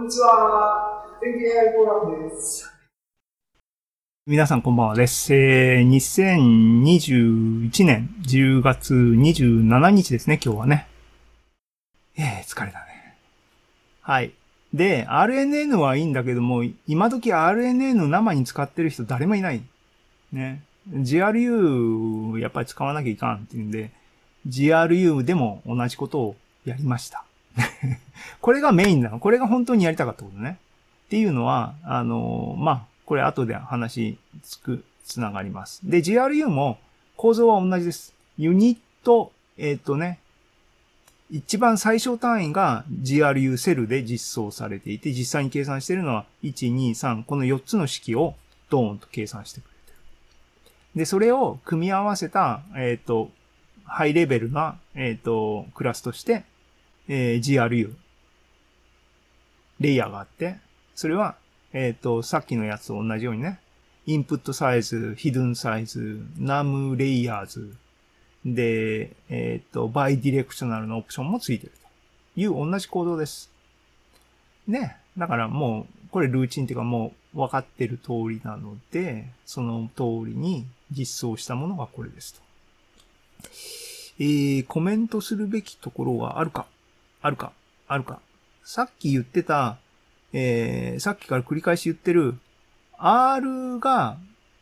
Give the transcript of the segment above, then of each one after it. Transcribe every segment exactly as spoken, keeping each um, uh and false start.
にちは。天気 エーアイ フォーラムです。 皆さんこんばんはです。えー、にせんにじゅういちねんじゅうがつにじゅうしちにちですね、今日はね。えー、疲れたね。はい。で、アールエヌエヌ はいいんだけども、今時 アールエヌエヌ 生に使ってる人誰もいない。ね。ジーアールユー やっぱり使わなきゃいかんっていうんで、ジーアールユー でも同じことをやりました。これがメインなの。これが本当にやりたかったことね。っていうのは、あの、まあ、これ後で話つく、つながります。で、ジーアールユー も構造は同じです。ユニット、えっ、ー、とね、一番最小単位が ジーアールユー セルで実装されていて、実際に計算しているのは、いち、に、さん、このよっつの式をドーンと計算してくれてる。で、それを組み合わせた、えっ、ー、と、ハイレベルな、えっ、ー、と、クラスとして、えー、ジーアールユー、レイヤーがあって、それは、えっ、ー、と、さっきのやつと同じようにね、インプットサイズ、ヒドゥンサイズ、ナムレイヤーズ、で、えっ、ー、と、バイディレクショナルのオプションもついてるという同じコードです。ね。だからもう、これルーチンっていうかもう分かってる通りなので、その通りに実装したものがこれですと。えー、コメントするべきところがあるかあるかあるかさっき言ってた、えー、さっきから繰り返し言ってる R が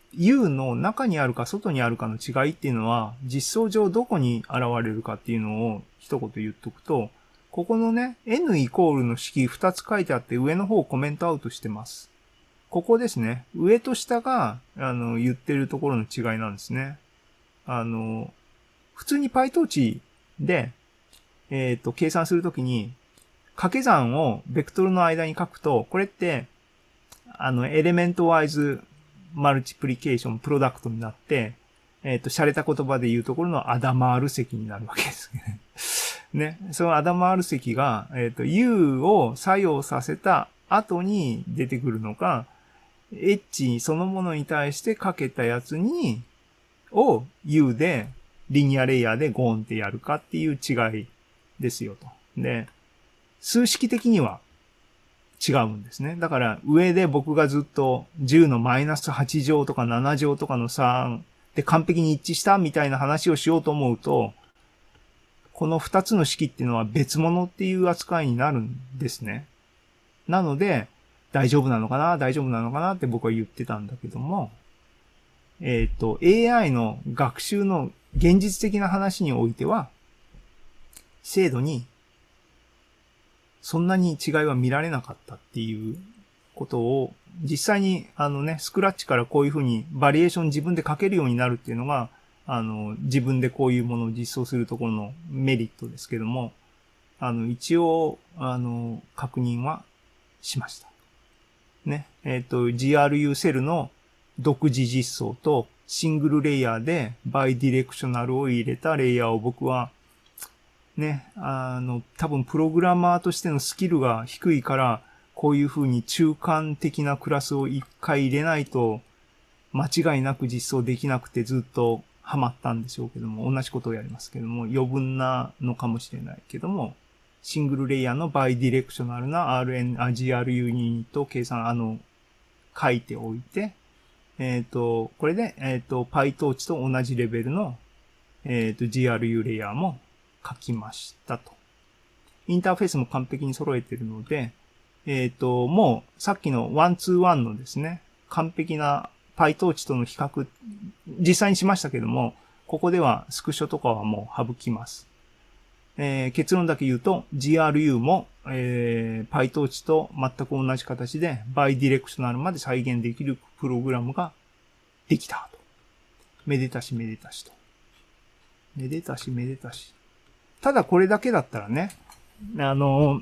U の中にあるか外にあるかの違いっていうのは実装上どこに現れるかっていうのを一言言っとくと、ここのね、N イコールの式ふたつ書いてあって上の方コメントアウトしてます。ここですね。上と下が、あの、言ってるところの違いなんですね。あの、普通に PyTorch で、えっと、計算するときに、掛け算をベクトルの間に書くと、これって、あの、エレメントワイズマルチプリケーションプロダクトになって、えっと、洒落た言葉で言うところのアダマール積になるわけですね。ね。そのアダマール積が、えっと、U を作用させた後に出てくるのか、H そのものに対してかけたやつに、を U で、リニアレイヤーでゴーンってやるかっていう違いですよと。で、数式的には違うんですね。だから上で僕がずっとじゅうのマイナスはち乗とかなな乗とかのさんで完璧に一致したみたいな話をしようと思うと、このふたつの式っていうのは別物っていう扱いになるんですね。なので、大丈夫なのかな大丈夫なのかなって僕は言ってたんだけども、えっと、エーアイ の学習の現実的な話においては、精度にそんなに違いは見られなかったっていうことを、実際にあのね、スクラッチからこういうふうにバリエーション自分で書けるようになるっていうのが、あの、自分でこういうものを実装するところのメリットですけども、あの、一応、あの、確認はしました。ね。えっと、ジーアールユー セルの独自実装とシングルレイヤーでバイディレクショナルを入れたレイヤーを僕はね、あの、多分プログラマーとしてのスキルが低いから、こういう風に中間的なクラスを一回入れないと、間違いなく実装できなくてずっとハマったんでしょうけども、同じことをやりますけども、余分なのかもしれないけども、シングルレイヤーのバイディレクショナルな アールエヌ、ジーアールユー ユニットを計算、あの、書いておいて、えっと、これで、えっと、PyTorch と同じレベルの、えっと、ジーアールユー レイヤーも書きましたと。インターフェースも完璧に揃えているので、えっと、もうさっきのワンツーワンのですね、完璧な PyTorch との比較、実際にしましたけども、ここではスクショとかはもう省きます。えー、結論だけ言うと ジーアールユー も、えー、PyTorch と全く同じ形でバイディレクショナルまで再現できるプログラムができたと。めでたしめでたしと。めでたしめでたし。ただこれだけだったらね、あの、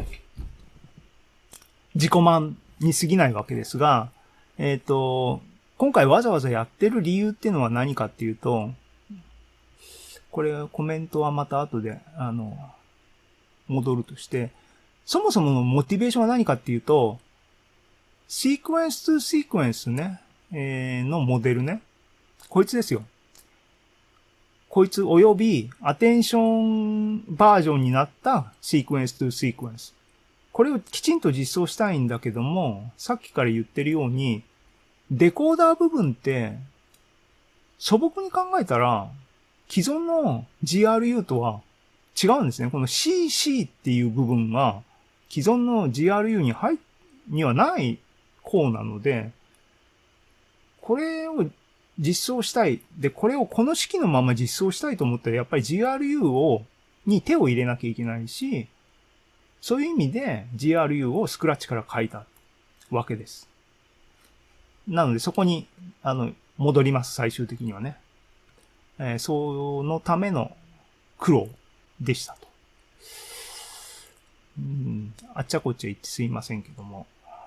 自己満に過ぎないわけですが、えっと、今回わざわざやってる理由っていうのは何かっていうと、これコメントはまた後で、あの、戻るとして、そもそものモチベーションは何かっていうと、シークエンス2シークエンスね、えー、のモデルね。こいつですよ。こいつ及びアテンションバージョンになったシークエンス2シークエンス。 これをきちんと実装したいんだけども、さっきから言ってるように、デコーダー部分って、素朴に考えたら、既存の ジーアールユー とは違うんですね。この シーシー っていう部分が、既存の ジーアールユー に入、にはない項なので、これを実装したい。で、これをこの式のまま実装したいと思ったら、やっぱり ジーアールユー を、に手を入れなきゃいけないし、そういう意味で ジーアールユー をスクラッチから書いたわけです。なのでそこに、あの、戻ります、最終的にはね。えー、そのための苦労でしたと。うん、あっちゃこっちゃ言ってすいませんけども。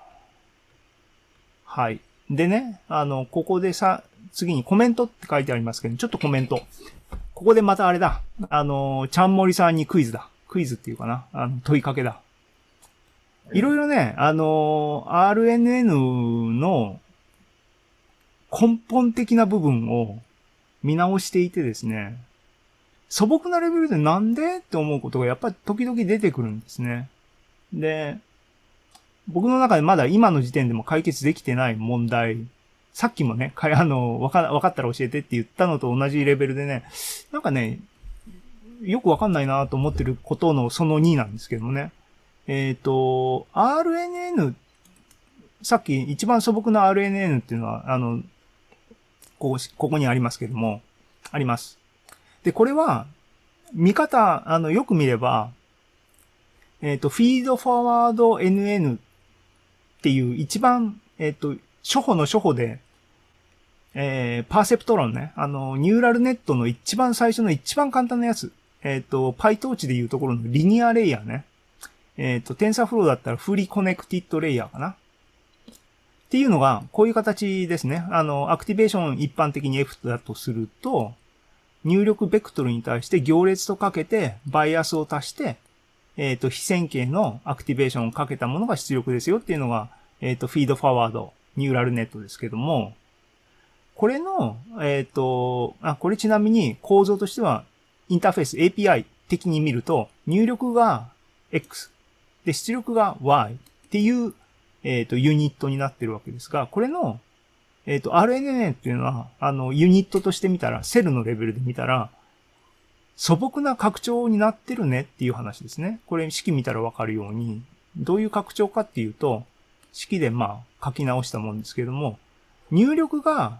はい。でね、あの、ここでさ、次にコメントって書いてありますけど、ちょっとコメント。ここでまたあれだ。あの、ちゃんもりさんにクイズだ。クイズっていうかな。あの、問いかけだ。いろいろね、あの、アールエヌエヌ の根本的な部分を見直していてですね、素朴なレベルでなんでって思うことがやっぱり時々出てくるんですね。で、僕の中でまだ今の時点でも解決できてない問題、さっきもね、あの、わか、わかったら教えてって言ったのと同じレベルでね、なんかね、よくわかんないなと思ってることのそのになんですけどもね。えっと、アールエヌエヌ、さっき一番素朴な アールエヌエヌ っていうのは、あの、ここ、ここにありますけども、あります。で、これは、見方、あの、よく見れば、えっと、フィードフォワード エヌエヌ っていう一番、えっと、初歩の初歩で、えー、パーセプト論ね。あの、ニューラルネットの一番最初の一番簡単なやつ。えっと、PyTorch でいうところのリニアレイヤーね。えっと、TensorFlow だったらフリーコネクティッドレイヤーかな。っていうのが、こういう形ですね。あの、アクティベーション一般的に F だとすると、入力ベクトルに対して行列とかけて、バイアスを足して、えっと、非線形のアクティベーションをかけたものが出力ですよっていうのが、えっと、フィードフォワード、ニューラルネットですけども、これの、えっと、あ、これちなみに構造としては、インターフェース エーピーアイ 的に見ると、入力が X、で、出力が Y っていう、えっと、ユニットになってるわけですが、これの、えっと、アールエヌエヌ っていうのは、あの、ユニットとして見たら、セルのレベルで見たら、素朴な拡張になってるねっていう話ですね。これ式見たらわかるように、どういう拡張かっていうと、式でまあ書き直したもんですけども、入力が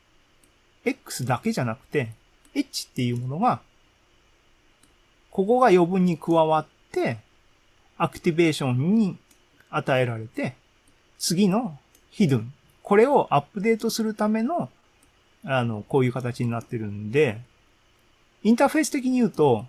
X だけじゃなくて、H っていうものが、ここが余分に加わって、アクティベーションに与えられて、次のヒドゥン。これをアップデートするための、あの、こういう形になってるんで、インターフェース的に言うと、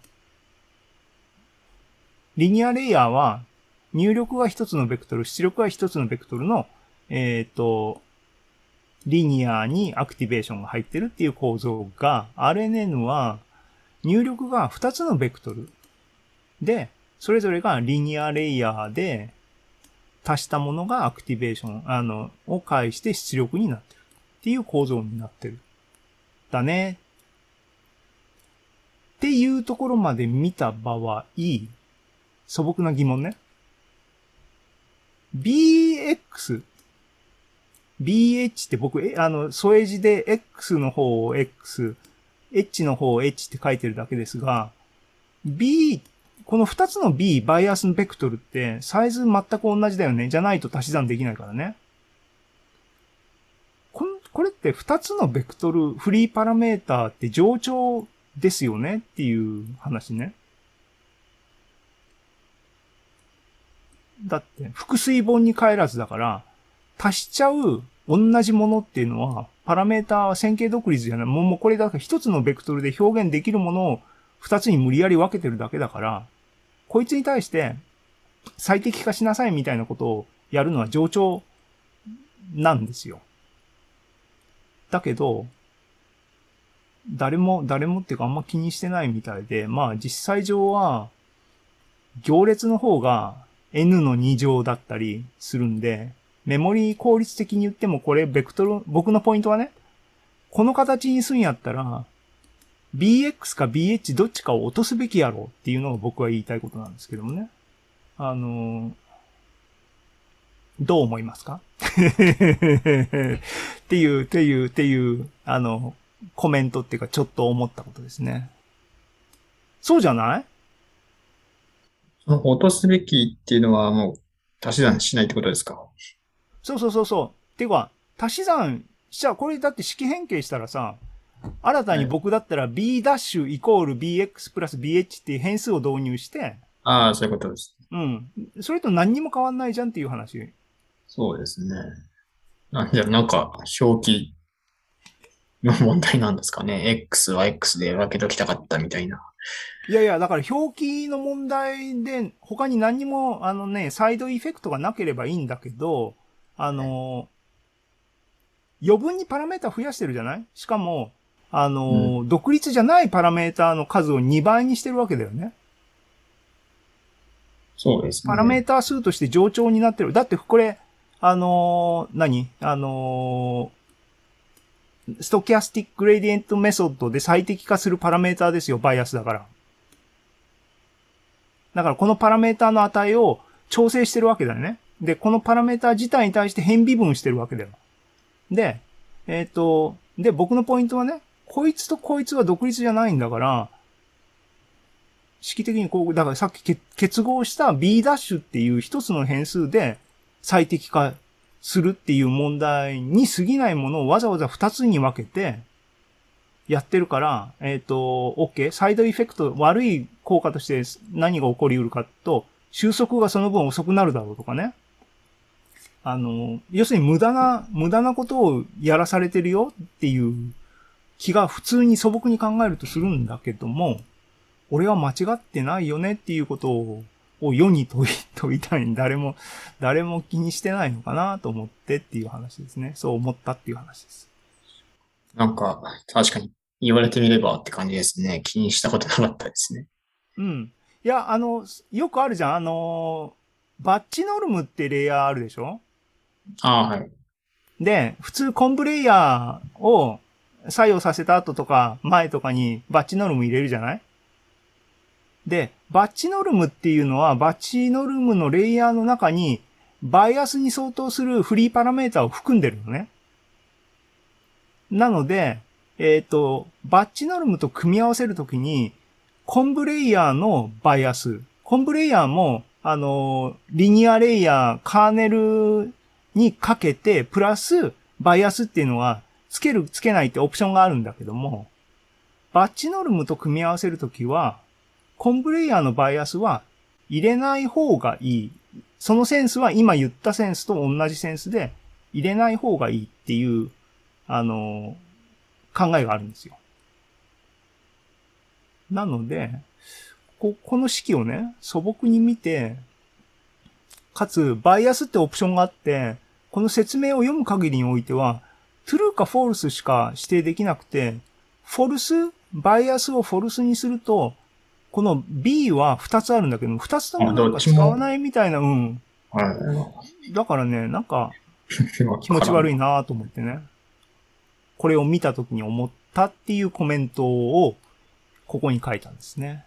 リニアレイヤーは、入力が一つのベクトル、出力が一つのベクトルの、えっと、リニアにアクティベーションが入ってるっていう構造が、アールエヌエヌ は、入力が二つのベクトルで、それぞれがリニアレイヤーで足したものがアクティベーション、あの、を介して出力になってるっていう構造になってる。だね。っていうところまで見た場合、素朴な疑問ね。ビーエックス、ビーエイチ って僕、あの、添え字で X の方を X、H の方を H って書いてるだけですが、B、この二つの B、バイアスのベクトルってサイズ全く同じだよね。じゃないと足し算できないからね。このこれって二つのベクトル、フリーパラメーターって冗長ですよねっていう話ね。だって、複数本に帰らずだから、足しちゃう同じものっていうのは、パラメーターは線形独立じゃない。もう、もうこれだから一つのベクトルで表現できるものを二つに無理やり分けてるだけだから、こいつに対して最適化しなさいみたいなことをやるのは冗長なんですよ。だけど、誰も、誰もっていうかあんま気にしてないみたいで、まあ実際上は、行列の方が N のに乗だったりするんで、メモリー効率的に言ってもこれベクトル、僕のポイントはね、この形にすんやったら、ビーエックス か ビーエイチ どっちかを落とすべきやろうっていうのが僕は言いたいことなんですけどもね。あの、 どう思いますかっていう、っていう、っていう、あの、コメントっていうか、ちょっと思ったことですね。そうじゃない？ その落とすべきっていうのはもう足し算しないってことですか？ そうそうそうそう。ていうか、足し算しちゃう。これだって式変形したらさ、新たにはい。 僕だったら b' イコール bx プラス bh っていう変数を導入して、 ああ、そういうことです。 うん。それと何にも変わんないじゃんっていう話。 そうですね。あ、じゃあなんか表記の問題なんですかね。X は X で分けときたかったみたいな。 いやいや、だから表記の問題で他に何にもあのね、サイドエフェクトがなければいいんだけど、あの、余分にパラメータ増やしてるじゃない？しかも、あうん。 の、独立じゃないパラメータの数をにばいにしてるわけだよね。 そうですパラメね。 ータ数として冗長になってる。だってこれ、あのー何あのーストキャスティックグレディエントメソッドで最適化するパラメータですよ、バイアスだから。だからこのパラメータの値を調整してるわけだよね。で、このパラメータ自体に対して変微分してるわけだよ。で、えっ、と、で、僕のポイントはね、こいつとこいつは独立じゃないんだから、式的にこう、だからさっき結合した b' っていう一つの変数で最適化するっていう問題に過ぎないものをわざわざ二つに分けてやってるから、えっ、と、OK。サイドエフェクト、悪い効果として何が起こり得るかと、収束がその分遅くなるだろうとかね。あの、要するに無駄な、無駄なことをやらされてるよっていう気が普通に素朴に考えるとするんだけども、俺は間違ってないよねっていうことを、を世に問い、問いたいに誰も、誰も気にしてないのかなと思ってっていう話ですね。そう思ったっていう話です。 なんか確かに言われてみればって感じですね。気にしたことなかったですね。 うん。いや、あの、よくあるじゃん。あの、バッチノルムってレイヤーあるでしょ？ ああ、はい。 で、普通コンブレイヤーを作用させた後とか前とかにバッチノルム入れるじゃない？で、バッチノルムっていうのはバッチノルムのレイヤーの中にバイアスに相当するフリーパラメータを含んでるのね。なので、えっ、と、バッチノルムと組み合わせるときに、コンブレイヤーのバイアス。コンブレイヤーも、あの、リニアレイヤー、カーネルにかけて、プラス、バイアスっていうのは、つける、つけないってオプションがあるんだけども、バッチノルムと組み合わせるときは、コンブレイヤーのバイアスは入れない方がいい。そのセンスは今言ったセンスと同じセンスで入れない方がいいっていう、あの、考えがあるんですよ。なので、こ、この式をね、素朴に見て、かつ、バイアスってオプションがあって、この説明を読む限りにおいては、true か false しか指定できなくて、false、バイアスを false にすると、この B はふたつあるんだけど、ふたつともあ、 なんどっか使わちも、 ないみたいな、うん。 はい。 だからね、なんかわ気持ち悪いからんな。 なと思ってね。これを見た時に思ったっていうコメントを、ここに書いたんですね。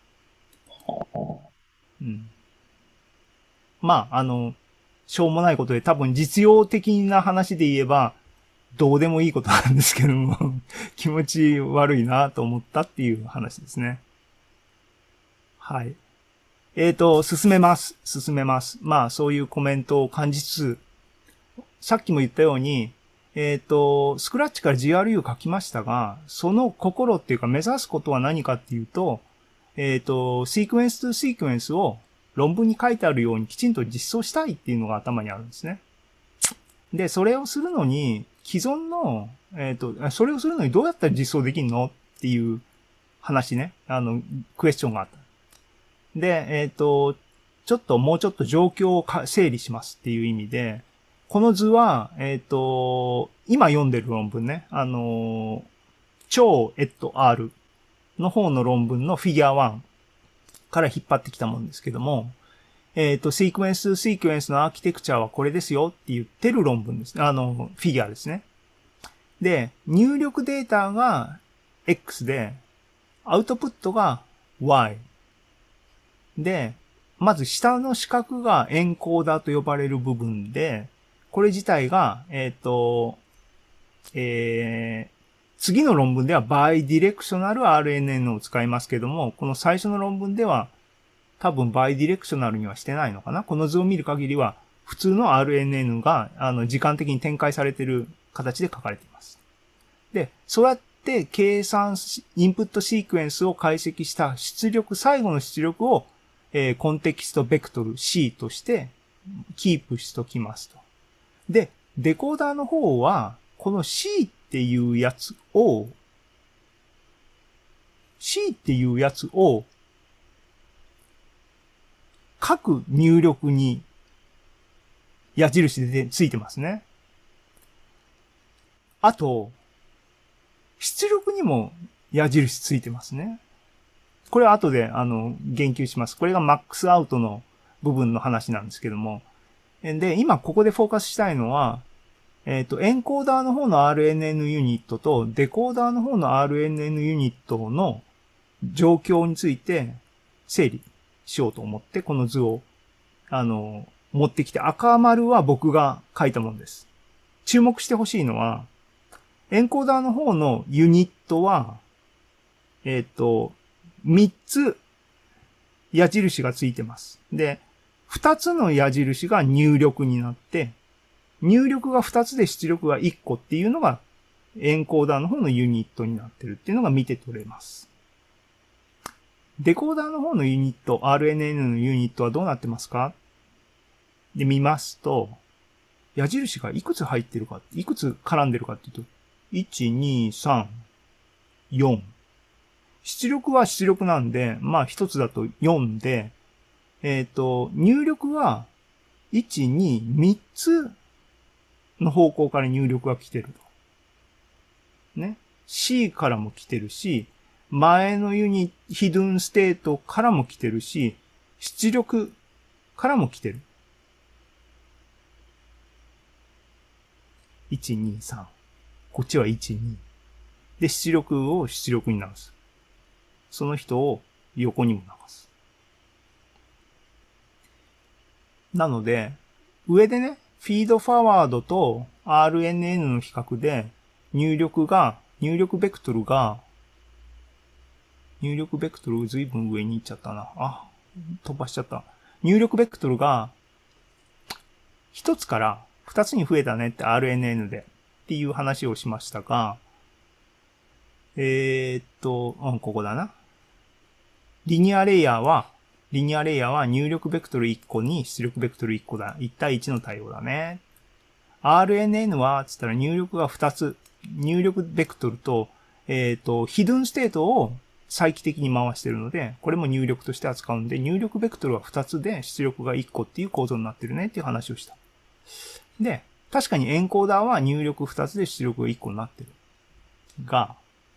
うん。まあ、あの、しょうもないことで多分実用的な話で言えば、どうでもいいことなんですけども、気持ち悪いなと思ったっていう話ですね。はい。えーと、進めます。進めます。まあ、そういうコメントを感じつつ、さっきも言ったように、えっ、と、スクラッチから ジーアールユー 書きましたが、その心っていうか目指すことは何かっていうと、えっ、と、シークエンスとシークエンスを論文に書いてあるようにきちんと実装したいっていうのが頭にあるんですね。で、それをするのに、既存の、えっ、と、それをするのにどうやったら実装できるのっていう話ね。あの、クエスチョンがあった。で、えっ、と、ちょっともうちょっと状況を整理しますっていう意味で、この図は、えっ、と、今読んでる論文ね、あの、超エット R の方の論文のフィギュアワンから引っ張ってきたもんですけども、えっ、と、シークエンス、シークエンスのアーキテクチャはこれですよって言ってる論文です。あの、フィギュアですね。で、入力データが X で、アウトプットが Y。で、 まず下の四角がエンコーダーと呼ばれる部分で、これ自体が、えっと、えー、次の論文ではバイディレクショナル アールエヌエヌ を使いますけども、この最初の論文では多分バイディレクショナルにはしてないのかな。この図を見る限りは普通の アールエヌエヌ があの時間的に展開されている形で書かれています。で、そうやって計算し、インプットシークエンスを解析した出力、最後の出力を、えー、コンテキストベクトル C としてキープしときますと。で、デコーダーの方は、この C っていうやつを、C っていうやつを、各入力に矢印でついてますね。あと、出力にも矢印ついてますね。これは後で、あの、言及します。これがマックスアウトの部分の話なんですけども。で、今ここでフォーカスしたいのは、えっと、エンコーダーの方の アールエヌエヌ ユニットとデコーダーの方の アールエヌエヌ ユニットの状況について整理しようと思ってこの図を、あの、持ってきて、赤丸は僕が書いたものです。注目してほしいのは、エンコーダーの方のユニットは、えっと、みっつ矢印がついてます。で、ふたつの矢印が入力になって、入力がふたつで出力がいっこっていうのがエンコーダーの方のユニットになってるっていうのが見て取れます。デコーダーの方のユニット、アールエヌエヌ のユニットはどうなってますかで見ますと、矢印がいくつ入ってるか、いくつ絡んでるかっていうと、いち、に、さん、よん。出力は出力なんで、まあ一つだとよんで、えっと、入力は、いち、に、みっつの方向から入力が来てると。ね。C からも来てるし、前のユニ、ヒドゥンステートからも来てるし、出力からも来てる。いち、に、さん。こっちはいち、に。で、出力を出力に直す。その人を横にも流す。なので、上でね、フィードフォワードと アールエヌエヌ の比較で、入力が、入力ベクトルが、入力ベクトルずいぶん上に行っちゃったな。あ、飛ばしちゃった。入力ベクトルが、一つから二つに増えたねって アールエヌエヌ でっていう話をしましたが、えー、っと、うん、ここだな。リニアレイヤーは、リニアレイヤーは入力ベクトルいっこに出力ベクトルいっこだ。いち対いちの対応だね。アールエヌエヌ は、つったら入力がふたつ。入力ベクトルと、えっと、ヒドゥンステートを再帰的に回してるので、これも入力として扱うんで、入力ベクトルはふたつで出力がいっこっていう構造になってるねっていう話をした。で、確かにエンコーダーは入力ふたつで出力がいっこになってる。が、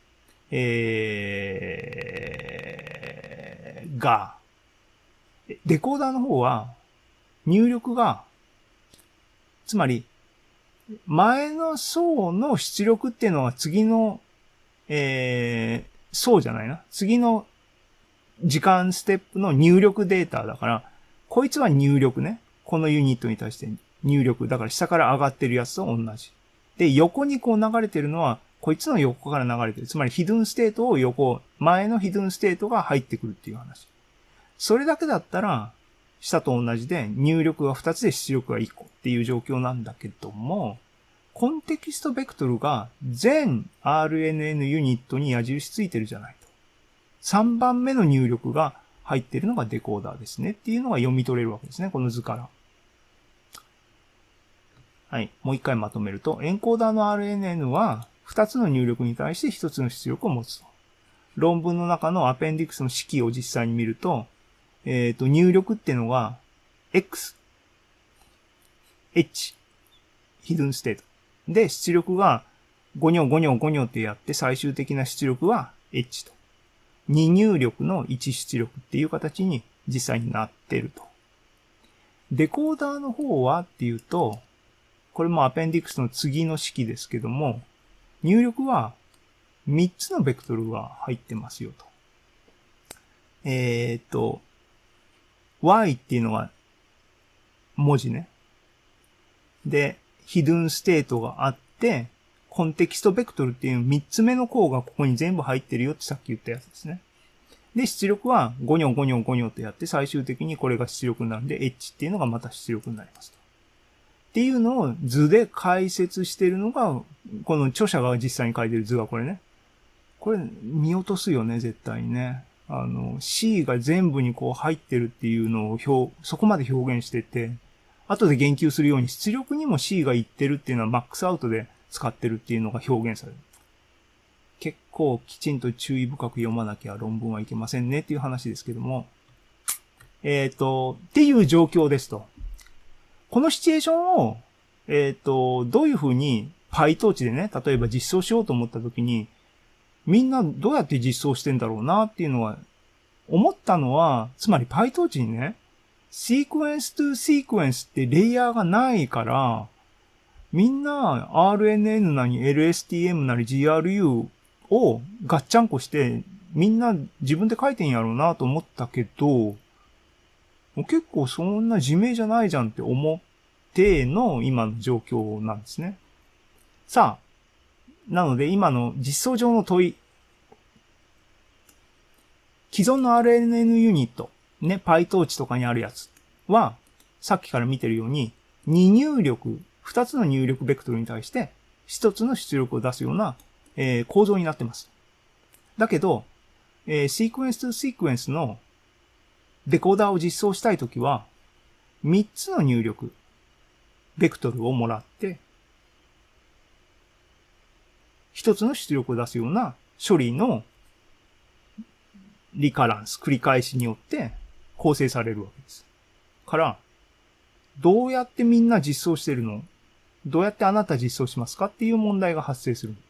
えー、が、デコーダーの方は入力が、つまり、前の層の出力っていうのは次の、えー、層じゃないな。次の時間ステップの入力データだから、こいつは入力ね。このユニットに対して入力。だから下から上がってるやつと同じ。で、横にこう流れてるのは、こいつの横から流れてる。つまりヒドゥンステートを横、前のヒドゥンステートが入ってくるっていう話。それだけだったら、下と同じで入力がふたつで出力がいっこっていう状況なんだけども、コンテキストベクトルが全 アールエヌエヌ ユニットに矢印ついてるじゃないと。さんばんめの入力が入ってるのがデコーダーですねっていうのが読み取れるわけですね、この図から。はい。もう一回まとめると、エンコーダーの アールエヌエヌ はふたつの入力に対してひとつの出力を持つと。論文の中のアペンディクスの式を実際に見ると、えっと、入力っていうのが X、H、ヒドゥンステート。で、出力がご行ご行ご行ってやって最終的な出力は H と。に入力のいち出力っていう形に実際になってると。デコーダーの方はっていうと、これもアペンディクスの次の式ですけども、入力はみっつのベクトルが入ってますよと。えー、っと、 Y っていうのが文字ね。で、ヒドゥンステートがあって、コンテキストベクトルっていう三つ目の項がここに全部入ってるよってさっき言ったやつですね。で、出力はゴニョゴニョゴニョとやって最終的にこれが出力になるんで H っていうのがまた出力になりますと。っていうのを図で解説してるのが、この著者が実際に書いてる図がこれね。これ見落とすよね、絶対にね。あの、C が全部にこう入ってるっていうのを表、そこまで表現してて、後で言及するように出力にも C がいってるっていうのはマックスアウトで使ってるっていうのが表現される。結構きちんと注意深く読まなきゃ論文はいけませんねっていう話ですけども。えっと、っていう状況ですと。このシチュエーションを、えっと、どういうふうに PyTorch でね、例えば実装しようと思ったときに、みんなどうやって実装してんだろうなっていうのは、思ったのは、つまり PyTorch にね、Sequence to Sequence ってレイヤーがないから、みんな アールエヌエヌ なり エルエスティーエム なり ジーアールユー をガッチャンコして、みんな自分で書いてんやろうなと思ったけど、結構そんな自明じゃないじゃんって思っての今の状況なんですね。さあ、なので今の実装上の問い。既存の アールエヌエヌ ユニット、ね、PyTorch とかにあるやつは、さっきから見てるように、に入力、ふたつの入力ベクトルに対してひとつの出力を出すような、えー、構造になってます。だけど、えー、Sequence to Sequence のデコーダーを実装したいときは、みっつの入力、ベクトルをもらって、ひとつの出力を出すような処理のリカランス、繰り返しによって構成されるわけです。から、どうやってみんな実装してるの？どうやってあなた実装しますかっていう問題が発生する。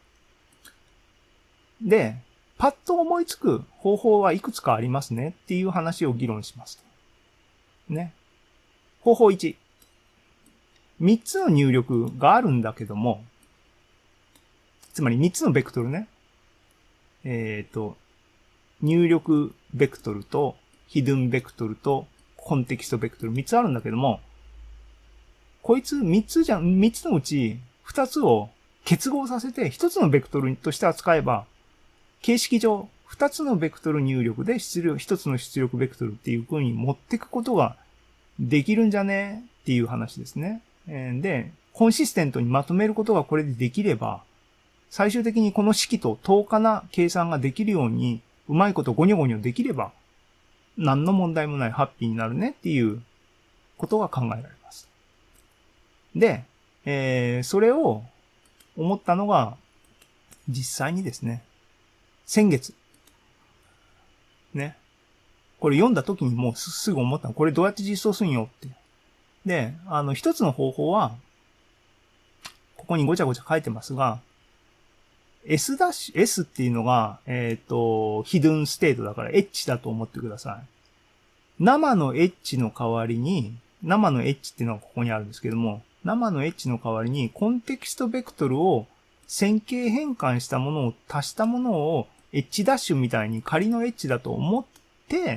で、パッと思いつく方法はいくつかありますねっていう話を議論します。ね。方法いち。みっつの入力があるんだけども、つまりみっつのベクトルね。えっと、入力ベクトルと、ヒドゥンベクトルと、コンテキストベクトルみっつあるんだけども、こいつみっつじゃん、みっつのうちふたつを結合させてひとつのベクトルとして扱えば、形式上ふたつのベクトル入力で出力、ひとつの出力ベクトルっていう風に持っていくことができるんじゃねっていう話ですね。で、コンシステントにまとめることがこれでできれば、最終的にこの式と等価な計算ができるように、うまいことゴニョゴニョできれば、何の問題もないハッピーになるねっていうことが考えられます。で、えー、それを思ったのが、実際にですね、先月。ね。これ読んだ時にもうすぐ思ったの。これどうやって実装するんよって。で、あの、一つの方法は、ここにごちゃごちゃ書いてますが、S ダッシュ、S っていうのが、えっと、ヒドゥンステートだから H だと思ってください。生の H の代わりに、生の H っていうのがここにあるんですけども、生の H の代わりにコンテキストベクトルを線形変換したものを足したものを H ダッシュみたいに仮の H だと思って、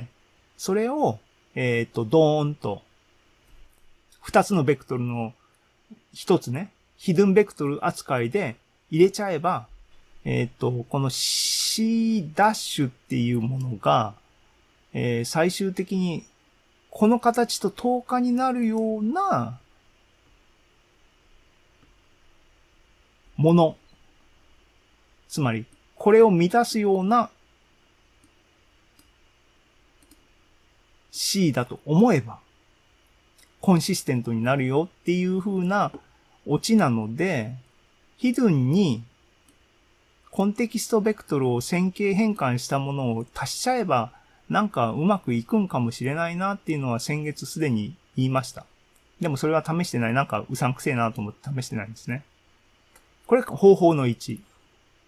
それを、えっと、ドーンと、二つのベクトルの一つね、ヒドゥンベクトル扱いで入れちゃえば、えっと、この C ダッシュっていうものが、えー、最終的にこの形と等価になるようなもの。つまり、これを満たすような C だと思えば、コンシステントになるよっていう風なオチなので、ヒドゥンにコンテキストベクトルを線形変換したものを足しちゃえば、なんかうまくいくんかもしれないなっていうのは先月すでに言いました。でもそれは試してない。なんかうさんくせえなと思って試してないんですね。これ方法のいち。